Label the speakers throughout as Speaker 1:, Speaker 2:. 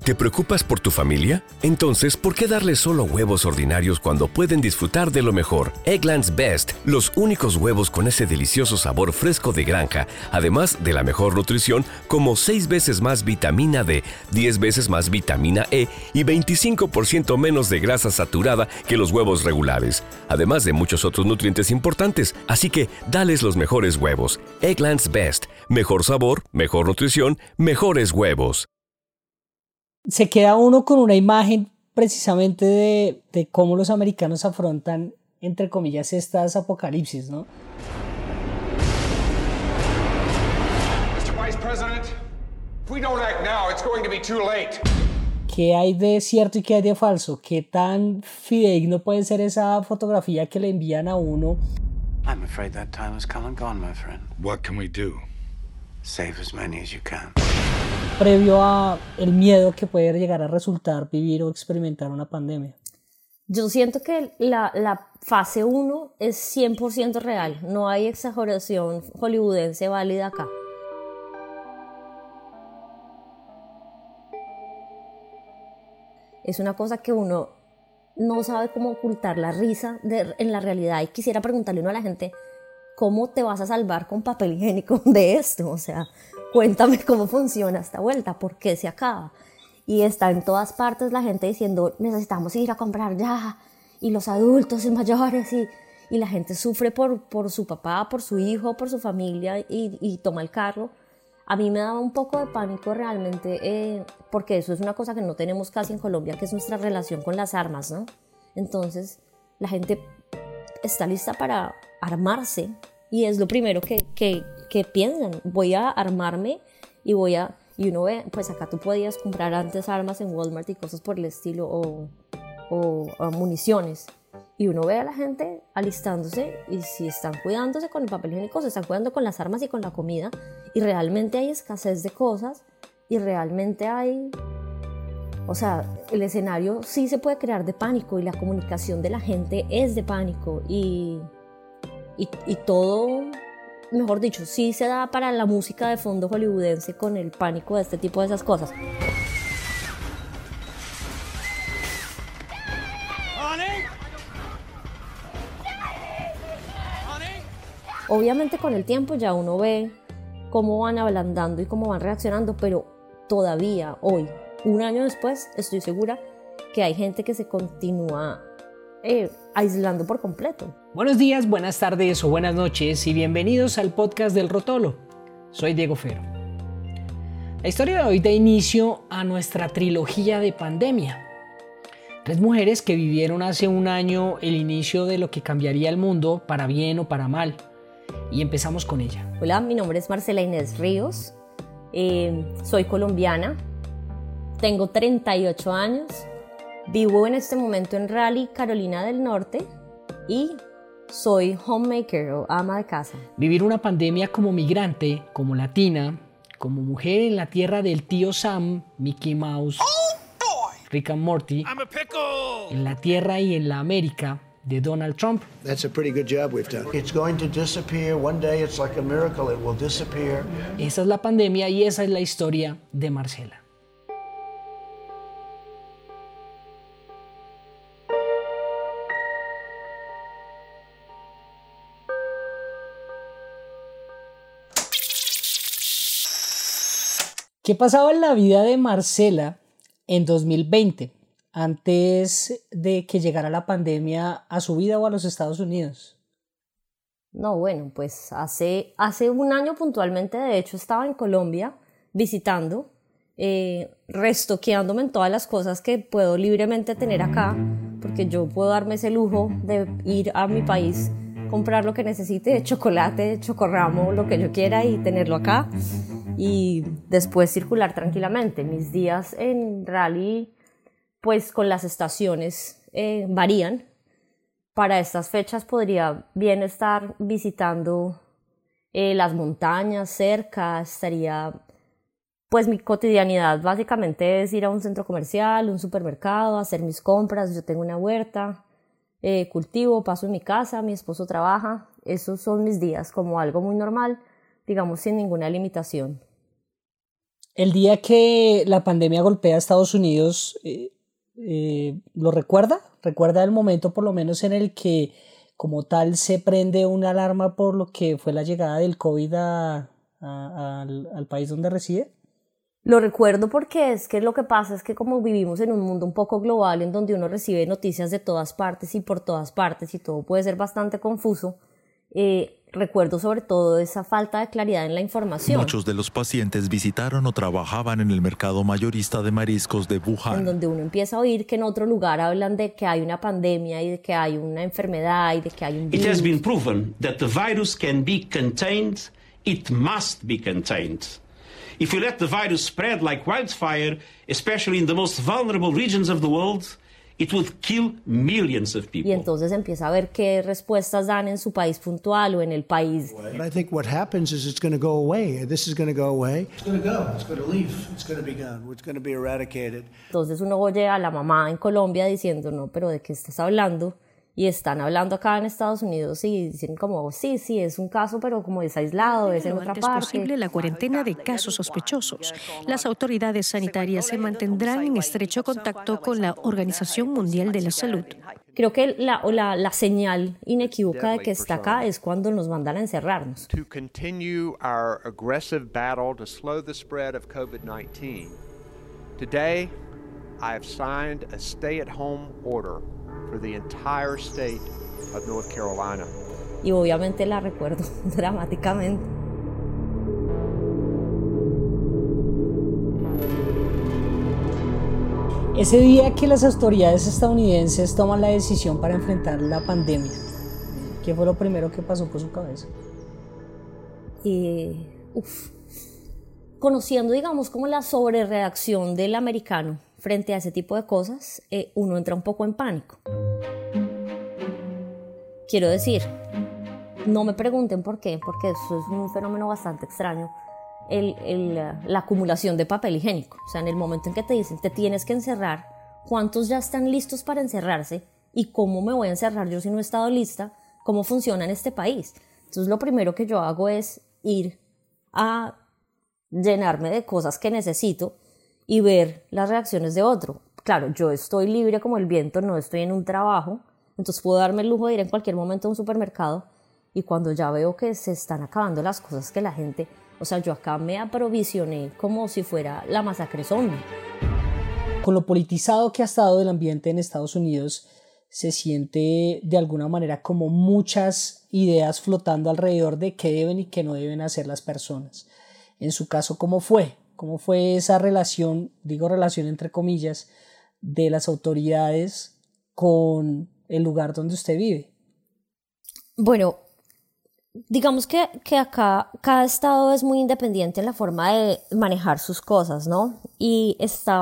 Speaker 1: ¿Te preocupas por tu familia? Entonces, ¿por qué darles solo huevos ordinarios cuando pueden disfrutar de lo mejor? Eggland's Best, los únicos huevos con ese delicioso sabor fresco de granja, además de la mejor nutrición, como 6 veces más vitamina D, 10 veces más vitamina E y 25% menos de grasa saturada que los huevos regulares, además de muchos otros nutrientes importantes. Así que, dales los mejores huevos. Eggland's Best, mejor sabor, mejor nutrición, mejores huevos.
Speaker 2: Se queda uno con una imagen precisamente de cómo los americanos afrontan, entre comillas, estas apocalipsis, ¿no?
Speaker 3: Mr. Vice President, if we don't act now, it's going to be too late.
Speaker 2: ¿Qué hay de cierto y qué hay de falso? ¿Qué tan fidedigno puede ser esa fotografía que le envían a uno?
Speaker 4: I'm afraid that time has come and gone, my friend.
Speaker 3: What can we do?
Speaker 4: Save as many as you can.
Speaker 2: Previo a el miedo que puede llegar a resultar vivir o experimentar una pandemia.
Speaker 5: Yo siento que la fase 1 es 100% real. No hay exageración hollywoodense válida acá. Es una cosa que uno no sabe cómo ocultar la risa en la realidad. Y quisiera preguntarle uno a la gente, ¿cómo te vas a salvar con papel higiénico de esto? O sea, cuéntame cómo funciona esta vuelta, ¿por qué se acaba? Y está en todas partes la gente diciendo, necesitamos ir a comprar ya, y los adultos y mayores, y la gente sufre por su papá, por su hijo, por su familia, y toma el carro. A mí me daba un poco de pánico realmente, porque eso es una cosa que no tenemos casi en Colombia, que es nuestra relación con las armas, ¿no? Entonces, la gente está lista para armarse, y es lo primero que piensan, voy a armarme y uno ve, pues acá tú podías comprar antes armas en Walmart y cosas por el estilo o municiones, y uno ve a la gente alistándose, y si están cuidándose con el papel higiénico, se están cuidando con las armas y con la comida, y realmente hay escasez de cosas, y realmente hay, o sea, el escenario sí se puede crear de pánico, y la comunicación de la gente es de pánico, y todo, mejor dicho, sí se da para la música de fondo hollywoodense con el pánico de este tipo de esas cosas. Obviamente con el tiempo ya uno ve cómo van ablandando y cómo van reaccionando, pero todavía hoy, un año después, estoy segura que hay gente que se continúa aislando por completo.
Speaker 2: Buenos días, buenas tardes o buenas noches y bienvenidos al podcast del Rotolo. Soy Diego Fero. La historia de hoy da inicio a nuestra trilogía de pandemia. 3 mujeres que vivieron hace un año el inicio de lo que cambiaría el mundo para bien o para mal. Y empezamos con ella.
Speaker 5: Hola, mi nombre es Marcela Inés Ríos, soy colombiana, tengo 38 años, vivo en este momento en Raleigh, Carolina del Norte, y soy homemaker o ama de casa.
Speaker 2: Vivir una pandemia como migrante, como latina, como mujer en la tierra del tío Sam, Mickey Mouse, Rick and Morty, en la tierra y en la América de Donald Trump.
Speaker 6: That's a pretty good job we've done. It's going to disappear. One day it's like a miracle. It will disappear.
Speaker 2: Esa es la pandemia y esa es la historia de Marcela. ¿Qué pasaba en la vida de Marcela en 2020? Antes de que llegara la pandemia a su vida o a los Estados Unidos.
Speaker 5: No, bueno, pues hace un año puntualmente, de hecho, estaba en Colombia visitando, restoqueándome en todas las cosas que puedo libremente tener acá, porque yo puedo darme ese lujo de ir a mi país, comprar lo que necesite, chocolate, chocorramo, lo que yo quiera y tenerlo acá, y después circular tranquilamente. Mis días en Raleigh, pues con las estaciones varían. Para estas fechas podría bien estar visitando las montañas cerca, pues mi cotidianidad básicamente es ir a un centro comercial, un supermercado, hacer mis compras. Yo tengo una huerta, cultivo, paso en mi casa, mi esposo trabaja. Esos son mis días, como algo muy normal, digamos sin ninguna limitación.
Speaker 2: El día que la pandemia golpea a Estados Unidos, ¿lo recuerda? ¿Recuerda el momento por lo menos en el que como tal se prende una alarma por lo que fue la llegada del COVID al país donde reside?
Speaker 5: Lo recuerdo porque es que lo que pasa es que como vivimos en un mundo un poco global en donde uno recibe noticias de todas partes y por todas partes y todo puede ser bastante confuso, recuerdo sobre todo esa falta de claridad en la información.
Speaker 7: Muchos de los pacientes visitaron o trabajaban en el mercado mayorista de mariscos de Wuhan.
Speaker 5: En donde uno empieza a oír que en otro lugar hablan de que hay una pandemia y de que hay una enfermedad y de que hay un virus.
Speaker 8: It has been proven that the virus can be contained, it must be contained. If we let the virus spread like wildfire, especially in the most vulnerable regions of the world, it would kill millions of people.
Speaker 5: Y entonces empieza a ver qué respuestas dan en su país puntual o en el país.
Speaker 6: But I think what happens is it's going to go away. This is going to go away. It's going to go. It's going to leave. It's going to be gone. It's going to be eradicated.
Speaker 5: Entonces uno oye a la mamá en Colombia diciendo, no, pero ¿de qué estás hablando? Y están hablando acá en Estados Unidos y dicen como, sí, es un caso, pero como es aislado, es en otra parte.
Speaker 9: Lo antes posible la cuarentena de casos sospechosos. Las autoridades sanitarias se mantendrán en estrecho contacto con la Organización Mundial de la Salud.
Speaker 5: Creo que la señal inequívoca de que está acá es cuando nos mandan a encerrarnos.
Speaker 10: To continue our aggressive battle to slow the spread of COVID-19, today I have signed a stay-at-home order for the entire state of North Carolina.
Speaker 5: Y obviamente la recuerdo dramáticamente.
Speaker 2: Ese día que las autoridades estadounidenses toman la decisión para enfrentar la pandemia, ¿qué fue lo primero que pasó por su cabeza?
Speaker 5: Conociendo, digamos, como la sobrereacción del americano frente a ese tipo de cosas, uno entra un poco en pánico. Quiero decir, no me pregunten por qué, porque eso es un fenómeno bastante extraño, la acumulación de papel higiénico. O sea, en el momento en que te dicen, te tienes que encerrar, ¿cuántos ya están listos para encerrarse? ¿Y cómo me voy a encerrar yo si no he estado lista? ¿Cómo funciona en este país? Entonces, lo primero que yo hago es ir a llenarme de cosas que necesito y ver las reacciones de otro. Claro, yo estoy libre como el viento, no estoy en un trabajo, entonces puedo darme el lujo de ir en cualquier momento a un supermercado y cuando ya veo que se están acabando las cosas que la gente... O sea, yo acá me aprovisioné como si fuera la masacre zombie.
Speaker 2: Con lo politizado que ha estado el ambiente en Estados Unidos, se siente de alguna manera como muchas ideas flotando alrededor de qué deben y qué no deben hacer las personas. En su caso, ¿cómo fue? ¿Cómo fue esa relación, digo relación entre comillas, de las autoridades con el lugar donde usted vive?
Speaker 5: Bueno, digamos que acá cada estado es muy independiente en la forma de manejar sus cosas, ¿no? Y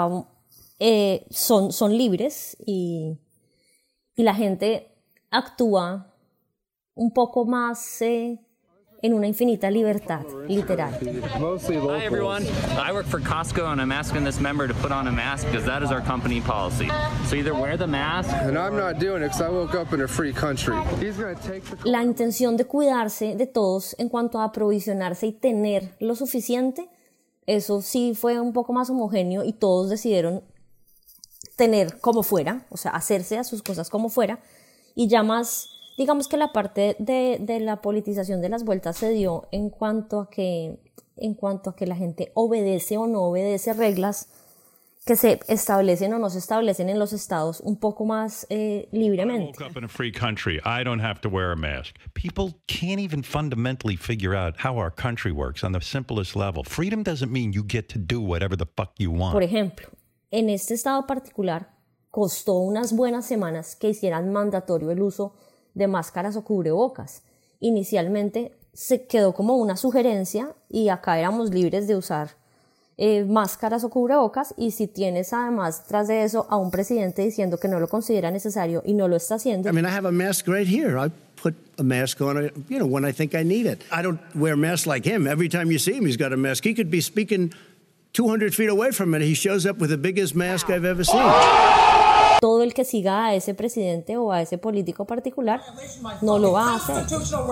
Speaker 5: son libres y la gente actúa un poco más en una infinita libertad, literal.
Speaker 11: Hi everyone, I work for Costco and I'm asking this member to put on a mask because that is our company policy. So either wear the mask.
Speaker 12: And I'm not doing it because I woke up in a free country.
Speaker 5: La intención de cuidarse de todos en cuanto a aprovisionarse y tener lo suficiente, eso sí fue un poco más homogéneo y todos decidieron tener como fuera, o sea, hacerse a sus cosas como fuera y ya más... Digamos que la parte de la politización de las vueltas se dio en cuanto a que la gente obedece o no obedece reglas que se establecen o no se establecen en los estados un poco más libremente.
Speaker 13: I woke up in a free country. I don't have to wear a mask. People can't even fundamentally figure out how our country works on the simplest level. Freedom doesn't mean you get to do whatever the fuck you want.
Speaker 5: Por ejemplo, en este estado particular costó unas buenas semanas que hicieran mandatorio el uso de máscaras o cubrebocas. Inicialmente se quedó como una sugerencia y acá éramos libres de usar máscaras o cubrebocas y si tienes además tras de eso a un presidente diciendo que no lo considera necesario y no lo está haciendo.
Speaker 6: I mean, I have a mask right here. I put a mask on, when I think I need it. I don't wear masks like him. Every time you see him, he's got a mask. He could be speaking 200 feet away from it. He shows up with the biggest mask I've ever seen.
Speaker 5: todo el que siga a ese presidente o a ese político particular no lo va a hacer.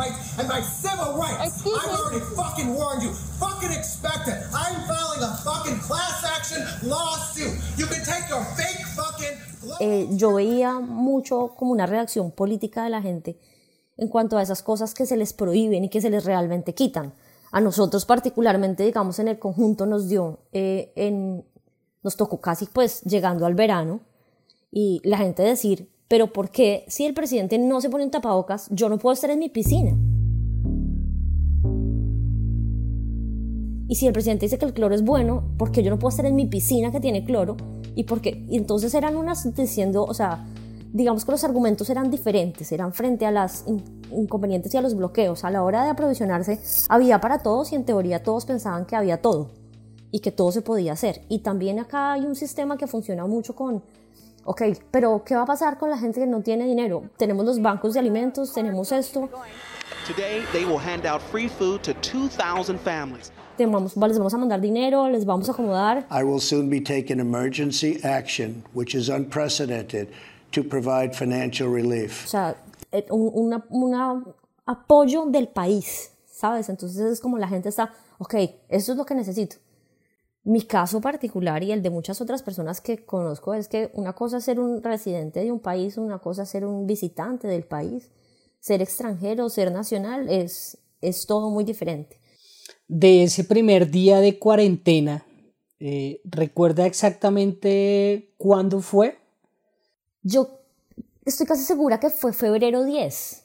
Speaker 5: Yo veía mucho como una reacción política de la gente en cuanto a esas cosas que se les prohíben y que se les realmente quitan. A nosotros particularmente, digamos, en el conjunto nos tocó casi pues llegando al verano y la gente decir, pero ¿por qué si el presidente no se pone un tapabocas, yo no puedo estar en mi piscina? Y si el presidente dice que el cloro es bueno, ¿por qué yo no puedo estar en mi piscina que tiene cloro? Y entonces eran unas diciendo, o sea, digamos que los argumentos eran diferentes, eran frente a las inconvenientes y a los bloqueos. A la hora de aprovisionarse había para todos y en teoría todos pensaban que había todo y que todo se podía hacer. Y también acá hay un sistema que funciona mucho con, ok, pero ¿qué va a pasar con la gente que no tiene dinero? Tenemos los bancos de alimentos, tenemos esto.
Speaker 14: Today they will hand out free food to 2,000 families.
Speaker 5: Les vamos a mandar dinero, les vamos a acomodar.
Speaker 6: I will soon be taking emergency action, which is unprecedented, to provide financial relief.
Speaker 5: O sea, un apoyo del país, ¿sabes? Entonces es como la gente está, ok, eso es lo que necesito. Mi caso particular y el de muchas otras personas que conozco es que una cosa es ser un residente de un país, una cosa es ser un visitante del país, ser extranjero, ser nacional, es todo muy diferente.
Speaker 2: De ese primer día de cuarentena, ¿recuerda exactamente cuándo fue?
Speaker 5: Yo estoy casi segura que fue febrero 10.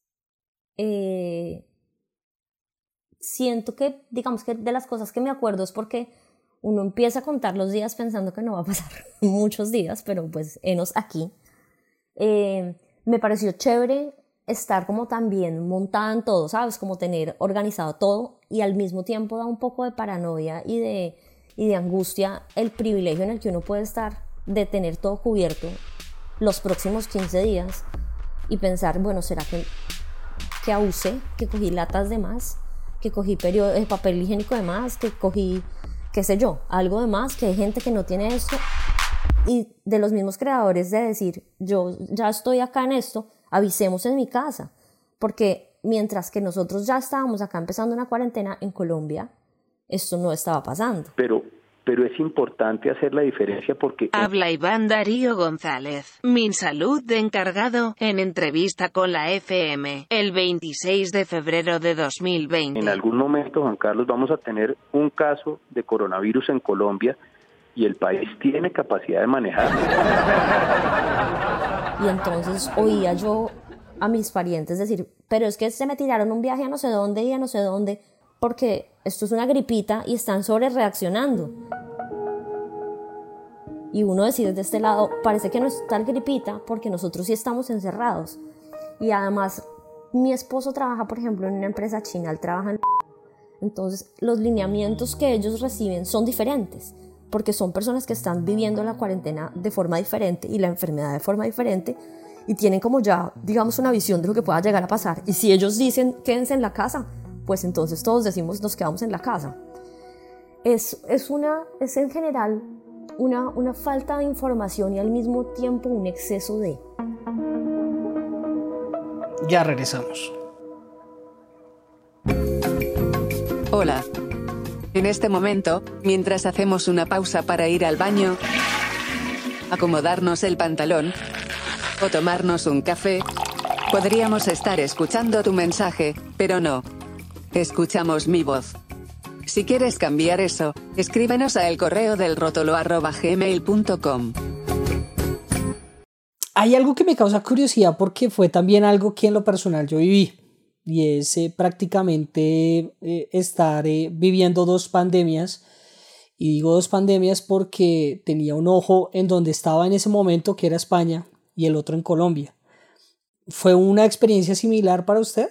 Speaker 5: Siento que, digamos que de las cosas que me acuerdo es porque uno empieza a contar los días pensando que no va a pasar muchos días, pero pues enos aquí. Me pareció chévere estar como también montada en todo, ¿sabes? Como tener organizado todo y al mismo tiempo da un poco de paranoia y de angustia el privilegio en el que uno puede estar de tener todo cubierto los próximos 15 días y pensar, bueno, ¿será que abusé? ¿Que cogí latas de más? ¿Que cogí papel higiénico de más? ¿Que cogí, qué sé yo, algo de más? ¿Que hay gente que no tiene esto? Y de los mismos creadores de decir, yo ya estoy acá en esto, avisemos en mi casa, porque mientras que nosotros ya estábamos acá empezando una cuarentena en Colombia, esto no estaba pasando.
Speaker 15: Pero es importante hacer la diferencia porque...
Speaker 16: Habla Iván Darío González, MinSalud de encargado, en entrevista con la FM, el 26 de febrero de 2020.
Speaker 15: En algún momento, Juan Carlos, vamos a tener un caso de coronavirus en Colombia y el país tiene capacidad de manejar.
Speaker 5: Y entonces oía yo a mis parientes decir, pero es que se me tiraron un viaje a no sé dónde y a no sé dónde, porque esto es una gripita y están sobre reaccionando. Y uno decide desde este lado, parece que no es tal gripita porque nosotros sí estamos encerrados. Y además, mi esposo trabaja, por ejemplo, en una empresa china, él trabaja en... Entonces, los lineamientos que ellos reciben son diferentes, porque son personas que están viviendo la cuarentena de forma diferente y la enfermedad de forma diferente y tienen como ya, digamos, una visión de lo que pueda llegar a pasar. Y si ellos dicen, quédense en la casa, pues entonces todos decimos, nos quedamos en la casa. Es en general una falta de información y al mismo tiempo un exceso de...
Speaker 2: Ya regresamos.
Speaker 17: Hola. En este momento, mientras hacemos una pausa para ir al baño, acomodarnos el pantalón o tomarnos un café, podríamos estar escuchando tu mensaje, pero no. Escuchamos mi voz. Si quieres cambiar eso, escríbenos a elcorreodelrotolo@gmail.com.
Speaker 2: Hay algo que me causa curiosidad porque fue también algo que en lo personal yo viví. Y es prácticamente estar viviendo dos pandemias. Y digo dos pandemias porque tenía un ojo en donde estaba en ese momento, que era España, y el otro en Colombia. ¿Fue una experiencia similar para usted?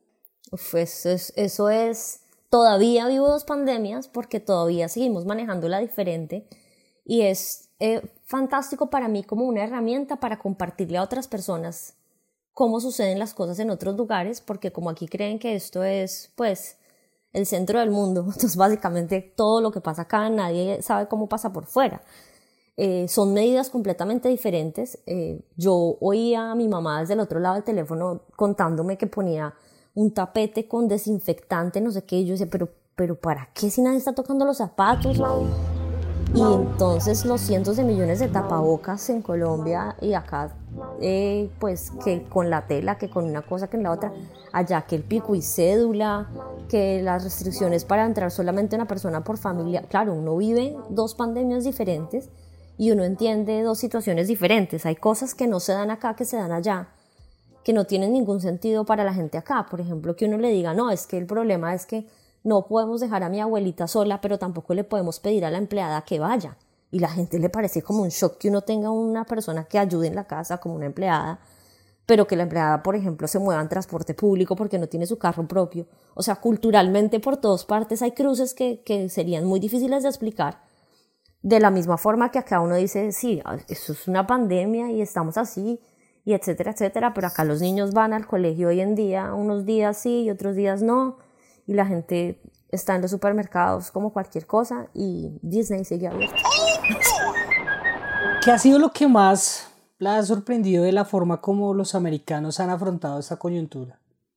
Speaker 5: Eso es... Todavía vivo dos pandemias porque todavía seguimos manejándola diferente. Y es fantástico para mí como una herramienta para compartirle a otras personas cómo suceden las cosas en otros lugares, porque como aquí creen que esto es, pues, el centro del mundo, entonces básicamente todo lo que pasa acá, nadie sabe cómo pasa por fuera. Son medidas completamente diferentes. Yo oía a mi mamá desde el otro lado del teléfono contándome que ponía un tapete con desinfectante, no sé qué, y yo decía, pero ¿para qué si nadie está tocando los zapatos? Y entonces los cientos de millones de tapabocas en Colombia y acá, pues que con la tela, que con una cosa, que en la otra, allá que el pico y cédula, que las restricciones para entrar solamente una persona por familia. Claro, uno vive dos pandemias diferentes y uno entiende dos situaciones diferentes. Hay cosas que no se dan acá, que se dan allá, que no tienen ningún sentido para la gente acá. Por ejemplo, que uno le diga, no, es que el problema es que no podemos dejar a mi abuelita sola, pero tampoco le podemos pedir a la empleada que vaya. Y la gente le parece como un shock que uno tenga una persona que ayude en la casa como una empleada, pero que la empleada, por ejemplo, se mueva en transporte público porque no tiene su carro propio. O sea, culturalmente por todas partes hay cruces que serían muy difíciles de explicar. De la misma forma que acá uno dice, sí, eso es una pandemia y estamos así, y etcétera, etcétera, pero acá los niños van al colegio hoy en día, unos días sí y otros días no, y la gente está en los supermercados como cualquier cosa y Disney sigue abierto.
Speaker 2: ¿Qué ha sido lo que más la ha sorprendido de la forma como los americanos han afrontado esta coyuntura?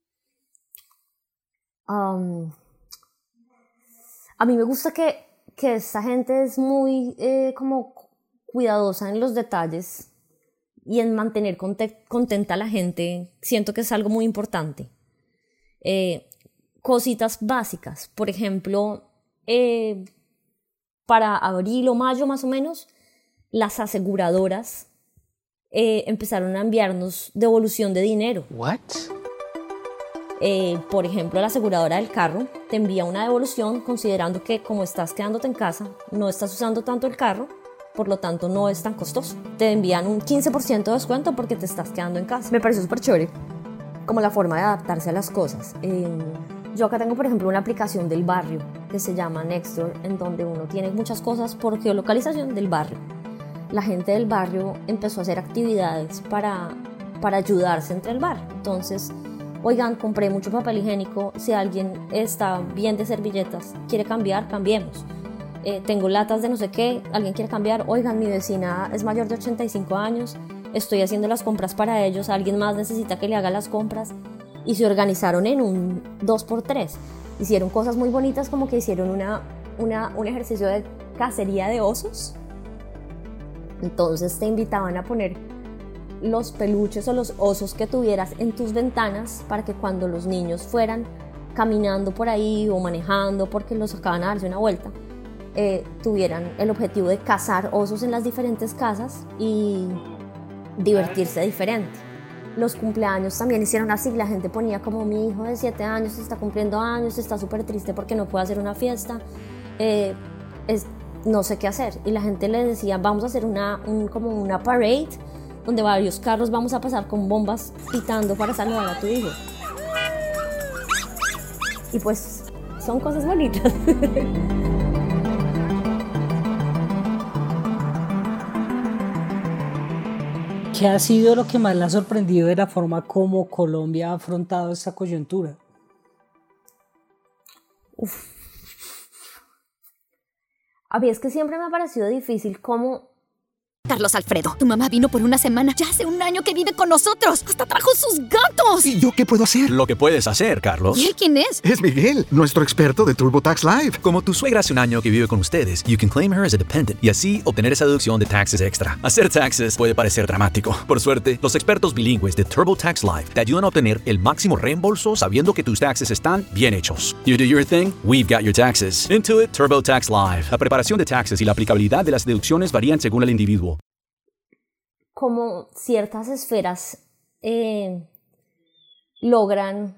Speaker 5: A mí me gusta que esta gente es muy como cuidadosa en los detalles y en mantener contenta a la gente. Siento que es algo muy importante. Cositas básicas, por ejemplo, para abril o mayo más o menos, las aseguradoras empezaron a enviarnos devolución de dinero.
Speaker 18: What?
Speaker 5: Por ejemplo, la aseguradora del carro te envía una devolución considerando que como estás quedándote en casa, no estás usando tanto el carro, por lo tanto no es tan costoso. Te envían un 15% de descuento porque te estás quedando en casa. Me pareció súper chévere, como la forma de adaptarse a las cosas. Yo acá tengo, por ejemplo, una aplicación del barrio que se llama Nextdoor, en donde uno tiene muchas cosas por geolocalización del barrio. La gente del barrio empezó a hacer actividades para ayudarse entre el barrio. Entonces, oigan, compré mucho papel higiénico, si alguien está bien de servilletas, quiere cambiar, cambiemos. Tengo latas de no sé qué, alguien quiere cambiar, oigan, mi vecina es mayor de 85 años, estoy haciendo las compras para ellos, alguien más necesita que le haga las compras. Y se organizaron en un 2x3. Hicieron cosas muy bonitas, como que hicieron un ejercicio de cacería de osos. Entonces te invitaban a poner los peluches o los osos que tuvieras en tus ventanas para que cuando los niños fueran caminando por ahí o manejando porque los sacaban a darse una vuelta, tuvieran el objetivo de cazar osos en las diferentes casas y divertirse diferente. Los cumpleaños también hicieron así, la gente ponía como mi hijo de 7 años está cumpliendo años, está súper triste porque no puede hacer una fiesta, no sé qué hacer. Y la gente le decía, vamos a hacer como una parade donde varios carros vamos a pasar con bombas pitando para saludar a tu hijo. Y pues son cosas bonitas.
Speaker 2: ¿Qué ha sido lo que más le ha sorprendido de la forma como Colombia ha afrontado esta coyuntura?
Speaker 5: A mí es que siempre me ha parecido difícil cómo...
Speaker 19: Carlos Alfredo, tu mamá vino por una semana. Ya hace un año que vive con nosotros. Hasta trajo sus gatos.
Speaker 20: ¿Y yo qué puedo hacer? Lo que puedes hacer, Carlos.
Speaker 19: ¿Y él quién es?
Speaker 20: Es Miguel, nuestro experto de TurboTax Live.
Speaker 21: Como tu suegra hace un año que vive con ustedes, you can claim her as a dependent y así obtener esa deducción de taxes extra. Hacer taxes puede parecer dramático. Por suerte, los expertos bilingües de TurboTax Live te ayudan a obtener el máximo reembolso sabiendo que tus taxes están bien hechos. You do your thing, we've got your taxes. Intuit TurboTax Live. La preparación de taxes y la aplicabilidad de las deducciones varían según el individuo.
Speaker 5: Como ciertas esferas logran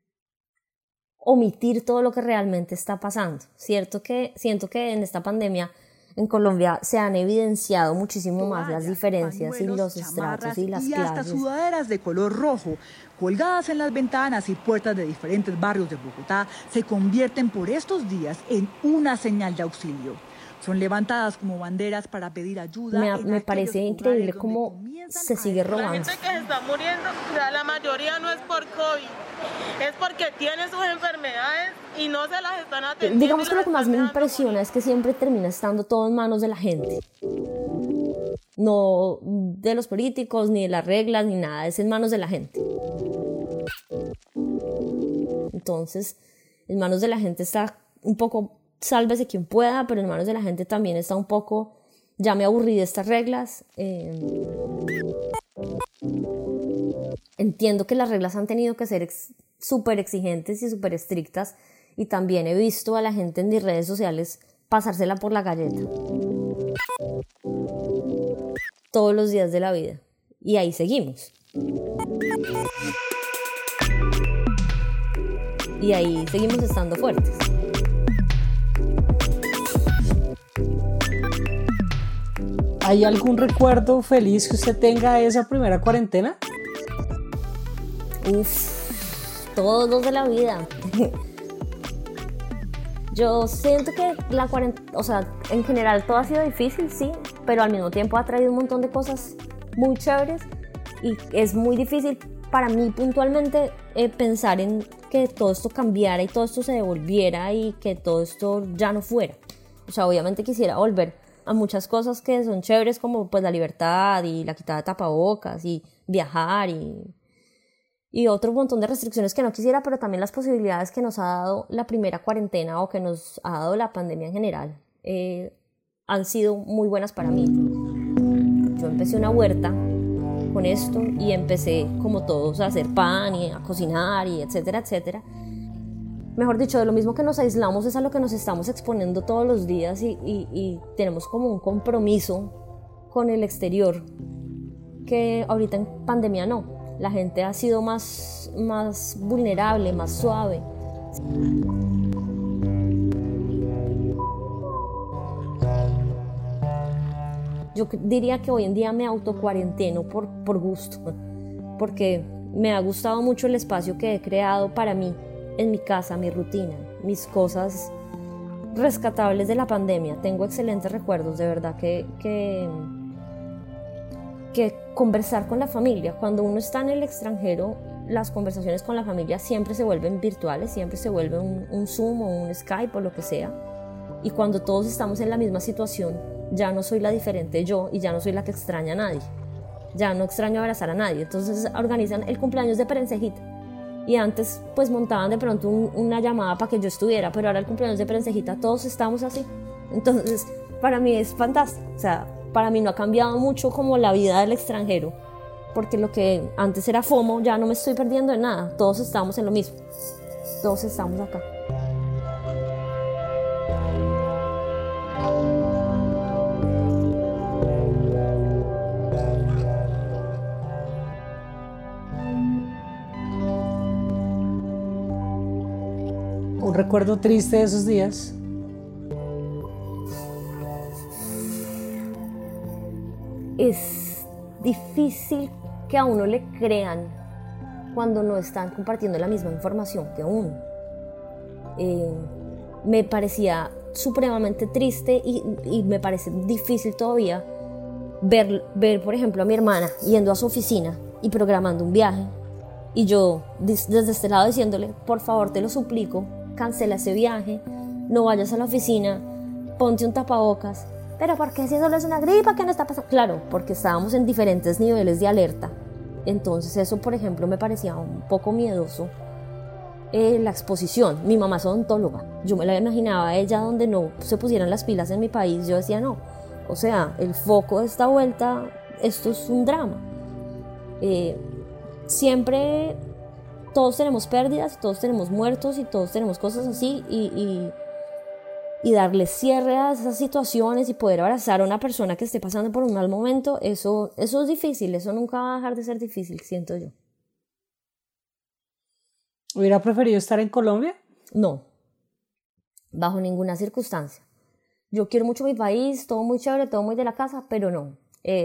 Speaker 5: omitir todo lo que realmente está pasando. Siento que en esta pandemia en Colombia se han evidenciado muchísimo más las diferencias y los estratos y las clases.
Speaker 22: Hasta sudaderas de color rojo, colgadas en las ventanas y puertas de diferentes barrios de Bogotá, se convierten por estos días en una señal de auxilio. Son levantadas como banderas para pedir ayuda.
Speaker 5: Me parece increíble cómo se sigue robando.
Speaker 23: La gente que se está muriendo, la mayoría no es por COVID, es porque tiene sus enfermedades y no se las están atendiendo.
Speaker 5: Digamos que lo que más me impresiona es que siempre termina estando todo en manos de la gente. no de los políticos, ni de las reglas, ni nada, es en manos de la gente. Entonces, en manos de la gente está un poco, sálvese quien pueda, pero en manos de la gente también está un poco, ya me aburrí de estas reglas. Entiendo que las reglas han tenido que ser súper exigentes y súper estrictas, y también he visto a la gente en mis redes sociales pasársela por la galleta todos los días de la vida, y ahí seguimos. Y ahí seguimos estando fuertes.
Speaker 2: ¿Hay algún recuerdo feliz que usted tenga de esa primera cuarentena?
Speaker 5: Todos los de la vida. Yo siento que la cuarentena, o sea, en general todo ha sido difícil, sí, pero al mismo tiempo ha traído un montón de cosas muy chéveres, y es muy difícil para mí puntualmente pensar en que todo esto cambiara y todo esto se devolviera y que todo esto ya no fuera. O sea, obviamente quisiera volver a muchas cosas que son chéveres, como pues la libertad y la quitada de tapabocas y viajar y otro montón de restricciones que no quisiera, pero también las posibilidades que nos ha dado la primera cuarentena o que nos ha dado la pandemia en general han sido muy buenas para mí. Yo empecé una huerta con esto y empecé como todos a hacer pan y a cocinar y etcétera, etcétera. Mejor dicho, de lo mismo que nos aislamos es a lo que nos estamos exponiendo todos los días y tenemos como un compromiso con el exterior que ahorita en pandemia no. La gente ha sido más vulnerable, más suave. Yo diría que hoy en día me autocuarenteno por gusto, porque me ha gustado mucho el espacio que he creado para mí, en mi casa, mi rutina, mis cosas rescatables de la pandemia. Tengo excelentes recuerdos, de verdad que conversar con la familia. Cuando uno está en el extranjero, las conversaciones con la familia siempre se vuelven virtuales, siempre se vuelve un Zoom o un Skype o lo que sea. Y cuando todos estamos en la misma situación, ya no soy la diferente yo y ya no soy la que extraña a nadie. Ya no extraño abrazar a nadie. Entonces organizan el cumpleaños de Perencejita. Y antes pues montaban de pronto una llamada para que yo estuviera, pero ahora el cumpleaños de Perencejita todos estamos así. Entonces para mí es fantástico. O sea, para mí no ha cambiado mucho como la vida del extranjero, porque lo que antes era FOMO, ya no me estoy perdiendo de nada. Todos estamos en lo mismo. Todos estamos acá.
Speaker 2: ¿Un recuerdo triste de esos días?
Speaker 5: Es difícil que a uno le crean cuando no están compartiendo la misma información que uno. Me parecía supremamente triste y me parece difícil todavía ver, por ejemplo, a mi hermana yendo a su oficina y programando un viaje, y yo desde este lado diciéndole, por favor, te lo suplico, cancela ese viaje, no vayas a la oficina, ponte un tapabocas. ¿Pero por qué si solo es una gripa? ¿Qué no está pasando? Claro, porque estábamos en diferentes niveles de alerta. Entonces eso, por ejemplo, me parecía un poco miedoso. La exposición. Mi mamá es odontóloga. Yo me la imaginaba a ella donde no se pusieran las pilas en mi país. Yo decía, no. O sea, el foco de esta vuelta, esto es un drama. Siempre todos tenemos pérdidas, todos tenemos muertos y todos tenemos cosas así. Y darle cierre a esas situaciones y poder abrazar a una persona que esté pasando por un mal momento, eso es difícil, eso nunca va a dejar de ser difícil, siento yo.
Speaker 2: ¿Hubiera preferido estar en Colombia?
Speaker 5: No, bajo ninguna circunstancia. Yo quiero mucho mi país, todo muy chévere, todo muy de la casa, pero no.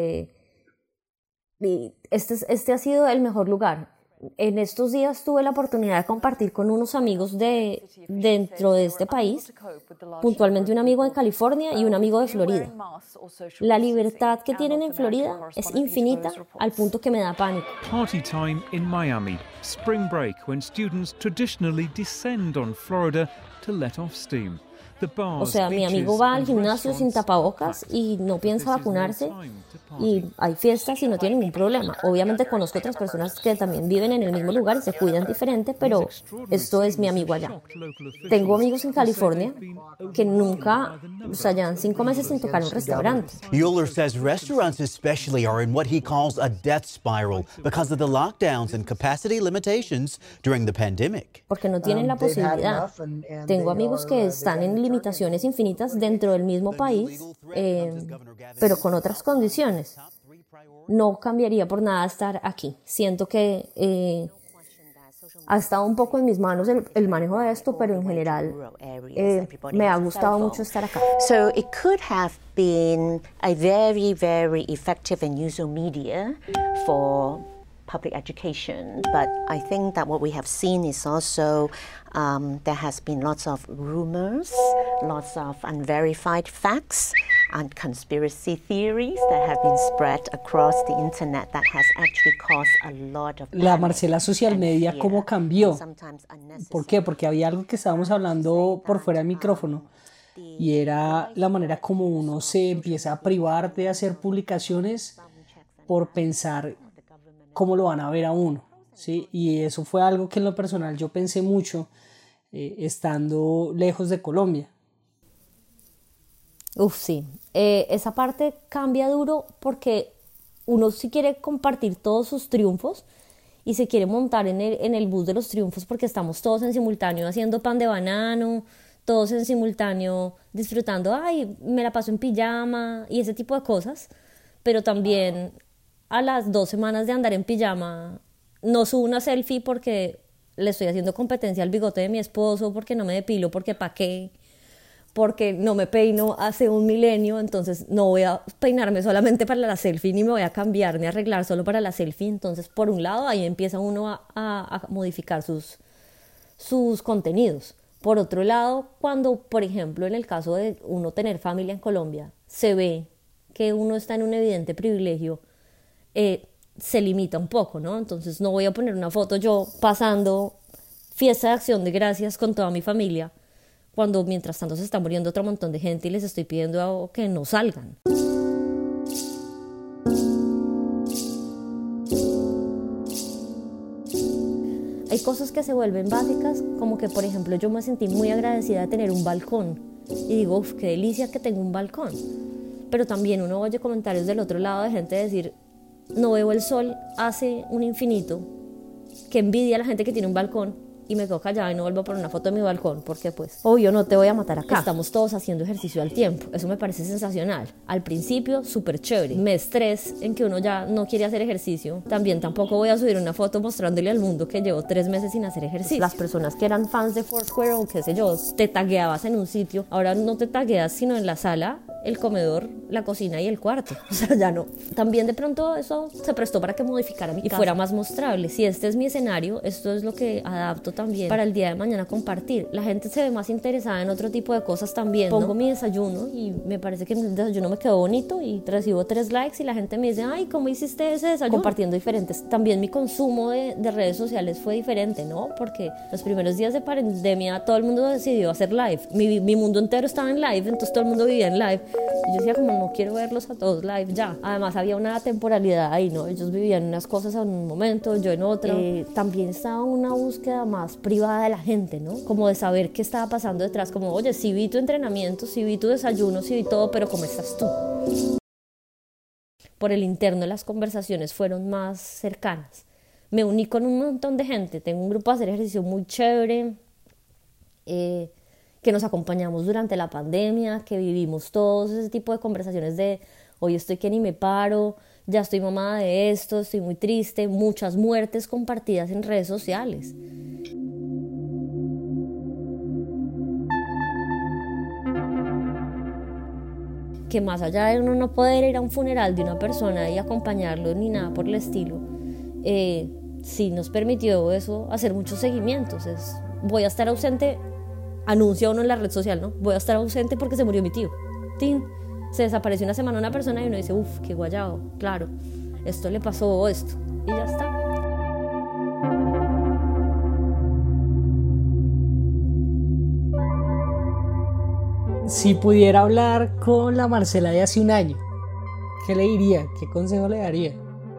Speaker 5: Este ha sido el mejor lugar. En estos días tuve la oportunidad de compartir con unos amigos dentro de este país, puntualmente un amigo de California y un amigo de Florida. La libertad que tienen en Florida es infinita al punto que me da pánico.
Speaker 1: Party time in Miami, spring break when students traditionally descend on Florida to let off steam.
Speaker 5: O sea, mi amigo va al gimnasio sin tapabocas y no piensa vacunarse y hay fiestas y no tiene ningún problema. Obviamente conozco otras personas que también viven en el mismo lugar y se cuidan diferente, pero esto es mi amigo allá. Tengo amigos en California que nunca, o sea, llevan 5 meses sin tocar un restaurante.
Speaker 3: Euler says restaurants especially are in what he calls a death spiral because of the lockdowns and capacity limitations during the pandemic.
Speaker 5: Porque no tienen la posibilidad. Tengo amigos que están en limitaciones infinitas dentro del mismo país, pero con otras condiciones. No cambiaría por nada estar aquí. Siento que ha estado un poco en mis manos el manejo de esto, pero en general me ha gustado mucho estar acá.
Speaker 4: So it could have been a very, very effective and useful media for public education, but I think that what we have seen is also there has been lots of rumors, lots of unverified facts and conspiracy theories that have been spread across the internet that has actually caused a lot of
Speaker 2: La Marcela social media, ¿cómo cambió? ¿Por qué? Porque había algo que estábamos hablando por fuera del micrófono y era la manera como uno se empieza a privar de hacer publicaciones por pensar cómo lo van a ver a uno, ¿sí? Y eso fue algo que en lo personal yo pensé mucho estando lejos de Colombia.
Speaker 5: Sí. Esa parte cambia duro porque uno sí quiere compartir todos sus triunfos y se quiere montar en el bus de los triunfos porque estamos todos en simultáneo haciendo pan de banano, todos en simultáneo disfrutando, ay, me la paso en pijama y ese tipo de cosas, pero también a las 2 semanas de andar en pijama no subo una selfie porque le estoy haciendo competencia al bigote de mi esposo, porque no me depilo, porque pa' qué, porque no me peino hace 1 milenio, entonces no voy a peinarme solamente para la selfie, ni me voy a cambiar, ni a arreglar solo para la selfie. Entonces, por un lado, ahí empieza uno a modificar sus contenidos. Por otro lado, cuando, por ejemplo, en el caso de uno tener familia en Colombia, se ve que uno está en un evidente privilegio, se limita un poco, ¿no? Entonces no voy a poner una foto yo pasando fiesta de Acción de Gracias con toda mi familia, cuando mientras tanto se está muriendo otro montón de gente y les estoy pidiendo que no salgan. Hay cosas que se vuelven básicas, como que, por ejemplo, yo me sentí muy agradecida de tener un balcón y digo, uf, qué delicia que tengo un balcón. Pero también uno oye comentarios del otro lado de gente decir, no veo el sol hace un infinito, que envidia a la gente que tiene un balcón, y me quedo callada y no vuelvo a poner una foto de mi balcón, porque pues, obvio, no te voy a matar acá. Estamos todos haciendo ejercicio al tiempo, eso me parece sensacional. Al principio, súper chévere. Mes 3, en que uno ya no quiere hacer ejercicio, también tampoco voy a subir una foto mostrándole al mundo que llevo 3 meses sin hacer ejercicio. Las personas que eran fans de Foursquare o qué sé yo, te tagueabas en un sitio, ahora no te tagueas sino en la sala, el comedor, la cocina y el cuarto. O sea, ya no. También de pronto eso se prestó para que modificara mi casa y fuera más mostrable. Si este es mi escenario, esto es lo que adapto también para el día de mañana compartir. La gente se ve más interesada en otro tipo de cosas también, ¿no? Pongo mi desayuno y me parece que el desayuno me quedó bonito y recibo 3 likes y la gente me dice, ay, ¿cómo hiciste ese desayuno? Compartiendo diferentes. También mi consumo de redes sociales fue diferente, ¿no? Porque los primeros días de pandemia todo el mundo decidió hacer live. Mi mundo entero estaba en live, entonces todo el mundo vivía en live. Y yo decía como, no quiero verlos a todos live ya. Además había una temporalidad ahí, ¿no? Ellos vivían unas cosas en un momento, yo en otro. También estaba una búsqueda más privada de la gente, ¿no? Como de saber qué estaba pasando detrás, como, oye, sí vi tu entrenamiento, sí vi tu desayuno, sí vi todo, pero ¿cómo estás tú? Por el interno las conversaciones fueron más cercanas. Me uní con un montón de gente, tengo un grupo de hacer ejercicio muy chévere, que nos acompañamos durante la pandemia, que vivimos todos ese tipo de conversaciones de hoy estoy que ni me paro, ya estoy mamada de esto, estoy muy triste, muchas muertes compartidas en redes sociales. Que más allá de uno no poder ir a un funeral de una persona y acompañarlo ni nada por el estilo, sí nos permitió eso hacer muchos seguimientos. Voy a estar ausente, anuncia uno en la red social, ¿no? Voy a estar ausente porque se murió mi tío. ¡Tin! Se desapareció una semana una persona y uno dice, uff, qué guayado, claro, esto le pasó esto, y ya está.
Speaker 2: Si pudiera hablar con la Marcela de hace un año, ¿qué le diría? ¿Qué consejo le daría?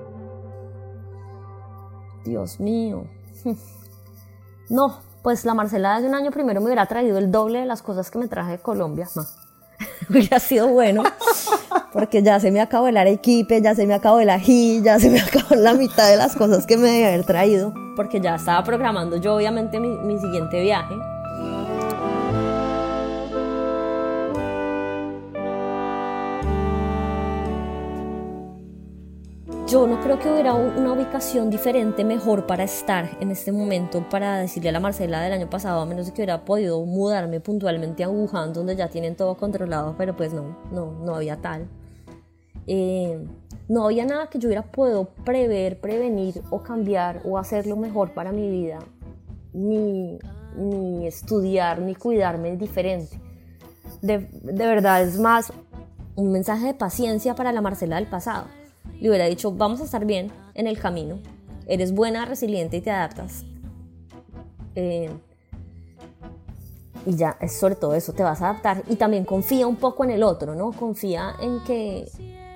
Speaker 5: Dios mío. No, pues la Marcela de hace un año primero me hubiera traído el doble de las cosas que me traje de Colombia. No. Hubiera sido bueno, porque ya se me acabó el arequipe, ya se me acabó el ají, ya se me acabó la mitad de las cosas que me debía haber traído, porque ya estaba programando yo obviamente mi siguiente viaje. Yo no creo que hubiera una ubicación diferente, mejor para estar en este momento, para decirle a la Marcela del año pasado, a menos de que hubiera podido mudarme puntualmente a Wuhan, donde ya tienen todo controlado, pero pues no había tal. No había nada que yo hubiera podido prever, prevenir o cambiar o hacerlo mejor para mi vida, ni estudiar, ni cuidarme diferente. De verdad, es más un mensaje de paciencia para la Marcela del pasado. Le hubiera dicho, vamos a estar bien en el camino, eres buena, resiliente y te adaptas. Y ya, es sobre todo eso, te vas a adaptar. Y también confía un poco en el otro, ¿no? Confía en que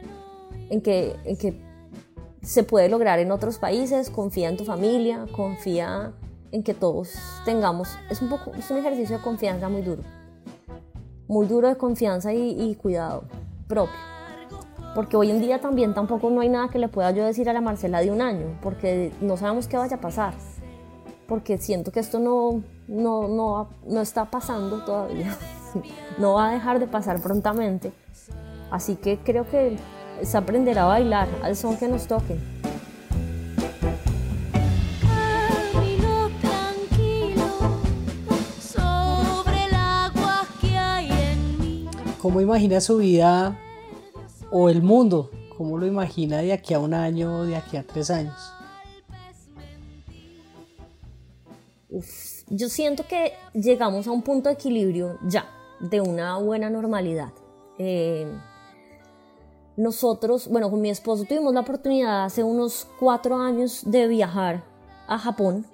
Speaker 5: se puede lograr en otros países, confía en tu familia, confía en que todos tengamos. Es un ejercicio de confianza muy duro de confianza y cuidado propio. Porque hoy en día también tampoco no hay nada que le pueda yo decir a la Marcela de un año, porque no sabemos qué vaya a pasar, porque siento que esto no está pasando todavía, no va a dejar de pasar prontamente, así que creo que es aprender a bailar al son que nos toque.
Speaker 2: ¿Cómo imagina su vida o el mundo? ¿Cómo lo imagina de aquí a un año o de aquí a 3 años?
Speaker 5: Yo siento que llegamos a un punto de equilibrio ya, de una buena normalidad. Nosotros, bueno, con mi esposo tuvimos la oportunidad hace unos 4 años de viajar a Japón,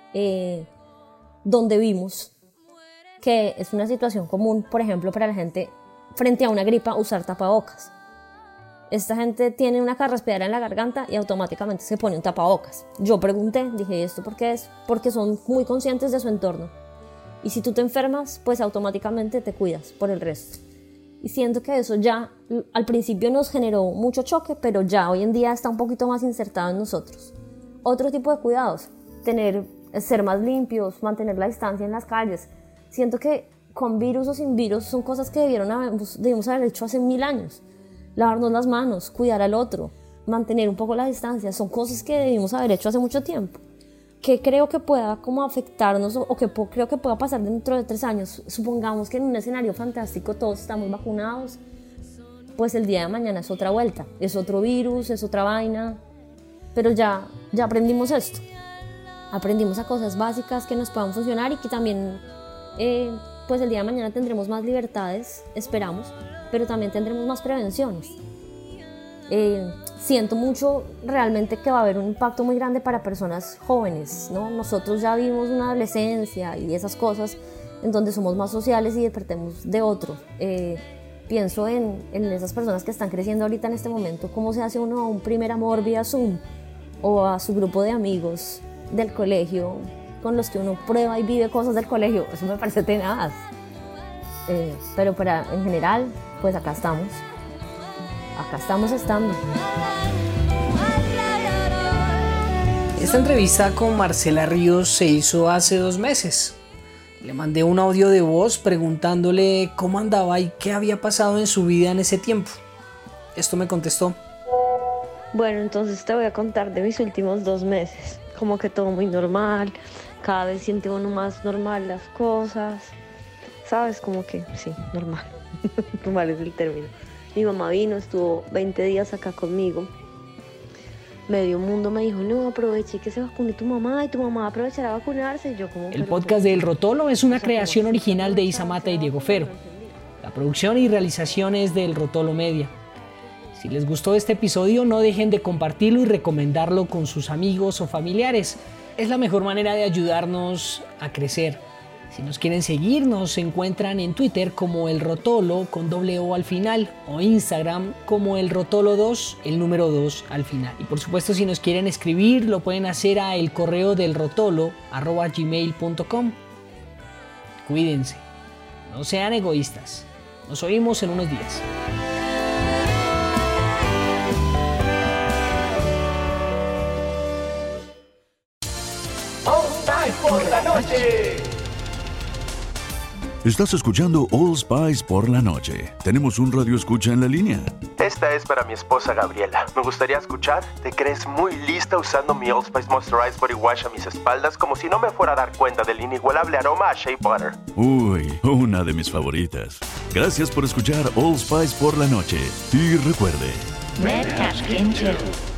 Speaker 5: donde vimos que es una situación común, por ejemplo, para la gente frente a una gripa usar tapabocas. Esta gente tiene una carraspedera en la garganta y automáticamente se pone un tapabocas. Yo pregunté, dije, ¿esto por qué es? Porque son muy conscientes de su entorno. Y si tú te enfermas, pues automáticamente te cuidas por el resto. Y siento que eso ya al principio nos generó mucho choque, pero ya hoy en día está un poquito más insertado en nosotros. Otro tipo de cuidados, ser más limpios, mantener la distancia en las calles. Siento que con virus o sin virus son cosas que debimos haber hecho hace 1000 años. Lavarnos las manos, cuidar al otro, mantener un poco la distancia, son cosas que debimos haber hecho hace mucho tiempo. ¿Qué creo que pueda como afectarnos o que creo que pueda pasar dentro de 3 años? Supongamos que en un escenario fantástico todos estamos vacunados, pues el día de mañana es otra vuelta, es otro virus, es otra vaina, pero ya aprendimos esto. Aprendimos a cosas básicas que nos puedan funcionar y que también pues el día de mañana tendremos más libertades, esperamos, pero también tendremos más prevenciones. Siento mucho realmente que va a haber un impacto muy grande para personas jóvenes, ¿no? Nosotros ya vivimos una adolescencia y esas cosas en donde somos más sociales y dependemos de otro. Pienso en esas personas que están creciendo ahorita en este momento, cómo se hace uno un primer amor vía Zoom o a su grupo de amigos del colegio con los que uno prueba y vive cosas del colegio. Eso me parece tenaz. Pero en general, pues acá estamos estando.
Speaker 2: Esta entrevista con Marcela Ríos se hizo hace 2 meses. Le mandé un audio de voz preguntándole cómo andaba y qué había pasado en su vida en ese tiempo. Esto me contestó.
Speaker 7: Bueno, entonces te voy a contar de mis últimos 2 meses. Como que todo muy normal, cada vez siente uno más normal las cosas. ¿Sabes? Como que sí, normal. Normal es el término. Mi mamá vino, estuvo 20 días acá conmigo. Medio mundo me dijo, no, aproveche que se vacune tu mamá y tu mamá aprovechará a vacunarse. Y yo como,
Speaker 2: el podcast de El Rotolo es una creación original de Isa Mata y Diego Fero. La producción y realización es de El Rotolo Media. Si les gustó este episodio, no dejen de compartirlo y recomendarlo con sus amigos o familiares. Es la mejor manera de ayudarnos a crecer. Si nos quieren seguir, nos encuentran en Twitter como El Rotolo con doble O al final, o Instagram como El Rotolo 2, el número 2 al final. Y por supuesto, si nos quieren escribir, lo pueden hacer a el correo del rotolo@gmail.com. Cuídense, no sean egoístas. Nos oímos en unos días.
Speaker 8: Old Spice por la noche.
Speaker 9: Estás escuchando Old Spice por la noche. Tenemos un radio escucha en la línea.
Speaker 18: Esta es para mi esposa Gabriela. Me gustaría escuchar. ¿Te crees muy lista usando mi Old Spice Moisturized Body Wash a mis espaldas como si no me fuera a dar cuenta del inigualable aroma a Shea Butter?
Speaker 9: Uy, una de mis favoritas. Gracias por escuchar Old Spice por la noche. Y recuerde,
Speaker 8: Red Cash Game 2.